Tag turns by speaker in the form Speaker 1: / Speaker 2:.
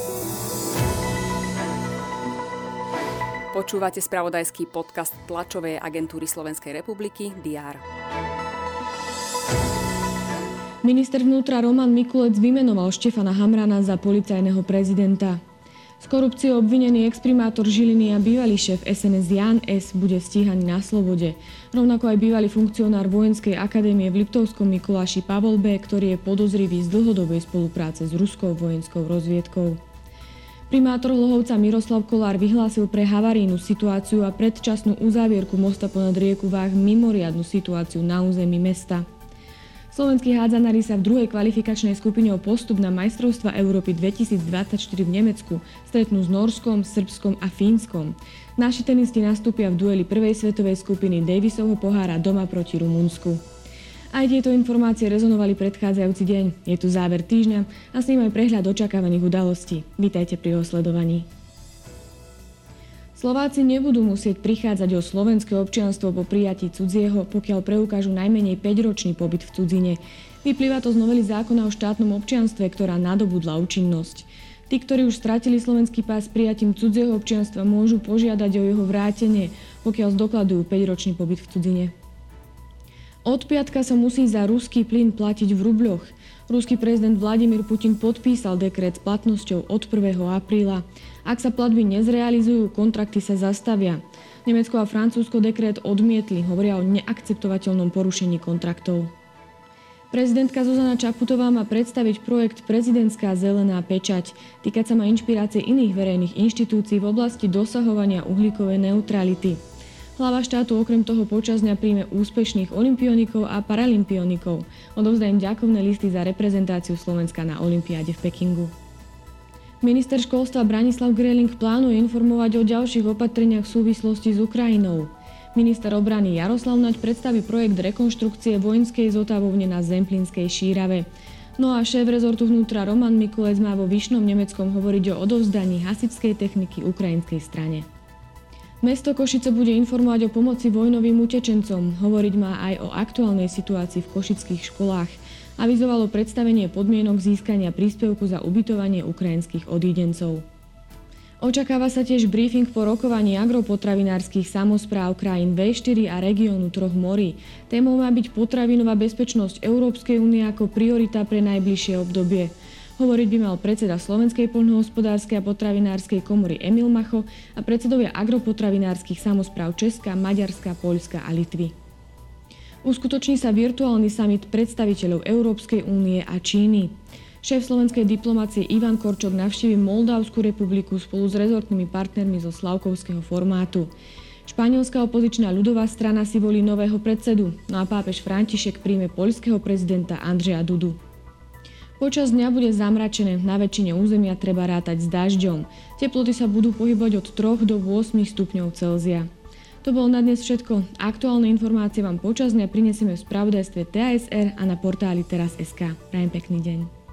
Speaker 1: Počúvate spravodajský podcast tlačovej agentúry Slovenskej republiky DR.
Speaker 2: Minister vnútra Roman Mikulec vymenoval Štefana Hamrana za policajného prezidenta. Z korupcie obvinený exprimátor Žiliny a bývalý šéf SNS Ján S. bude stíhaný na slobode. Rovnako aj bývalý funkcionár Vojenskej akadémie v Liptovskom Mikuláši Pavol B., ktorý je podozrivý z dlhodobej spolupráce s ruskou vojenskou rozviedkou. Primátor Hlohovca Miroslav Kolár vyhlásil pre havarijnú situáciu a predčasnú uzávierku mosta ponad rieku Váh mimoriadnu situáciu na území mesta. Slovenskí hádzanári sa v druhej kvalifikačnej skupine o postup na majstrovstvá Európy 2024 v Nemecku stretnú s Norskom, Srbskom a Fínskom. Naši tenisti nastúpia v dueli prvej svetovej skupiny Davisovho pohára doma proti Rumunsku. Aj tieto informácie rezonovali predchádzajúci deň. Je tu záver týždňa a s ním aj prehľad očakávaných udalostí. Vítajte pri jeho sledovaní. Slováci nebudú musieť prichádzať o slovenské občianstvo po prijatí cudzieho, pokiaľ preukážu najmenej 5-ročný pobyt v cudzine. Vyplýva to z novely zákona o štátnom občianstve, ktorá nadobudla účinnosť. Tí, ktorí už stratili slovenský pás prijatím cudzieho občianstva, môžu požiadať o jeho vrátenie, pokiaľ zdokladujú 5-ročný pobyt v cudzine. Od piatka sa musí za ruský plyn platiť v rubľoch. Ruský prezident Vladimír Putin podpísal dekret s platnosťou od 1. apríla. Ak sa platby nezrealizujú, kontrakty sa zastavia. Nemecko a Francúzsko dekret odmietli, hovoria o neakceptovateľnom porušení kontraktov. Prezidentka Zuzana Čaputová má predstaviť projekt Prezidentská zelená pečať. Týkať sa má inšpirácie iných verejných inštitúcií v oblasti dosahovania uhlíkovej neutrality. Hlava štátu okrem toho počas dňa príjme úspešných olympionikov a paralympionikov. Odovzdá im ďakovné listy za reprezentáciu Slovenska na olympiáde v Pekingu. Minister školstva Branislav Greling plánuje informovať o ďalších opatreniach v súvislosti s Ukrajinou. Minister obrany Jaroslav Naď predstaví projekt rekonštrukcie vojenskej zotavovne na Zemplínskej Šírave. No a šéf rezortu vnútra Roman Mikulec má vo Vyšnom Nemeckom hovoriť o odovzdaní hasičskej techniky ukrajinskej strane. Mesto Košice bude informovať o pomoci vojnovým utečencom, hovoriť má aj o aktuálnej situácii v košických školách. Avizovalo predstavenie podmienok získania príspevku za ubytovanie ukrajinských odídencov. Očakáva sa tiež briefing po rokovaní agropotravinárskych samospráv krajín V4 a regiónu Troch morí. Témou má byť potravinová bezpečnosť Európskej únie ako priorita pre najbližšie obdobie. Hovoriť by mal predseda Slovenskej poľnohospodárskej a potravinárskej komory Emil Macho a predsedovia agropotravinárskych samospráv Česka, Maďarska, Poľska a Litvy. Uskutoční sa virtuálny summit predstaviteľov Európskej únie a Číny. Šéf slovenskej diplomacie Ivan Korčok navštívi Moldavskú republiku spolu s rezortnými partnermi zo Slavkovského formátu. Španielská opozičná ľudová strana si volí nového predsedu, no a pápež František príjme poľského prezidenta Andrzeja Dudu. Počas dňa bude zamračené, na väčšine územia treba rátať s dažďom. Teploty sa budú pohybovať od 3 do 8 stupňov Celzia. To bolo na dnes všetko. Aktuálne informácie vám počas dňa prinesieme v spravodajstve TASR a na portáli teraz.sk. Prajem pekný deň.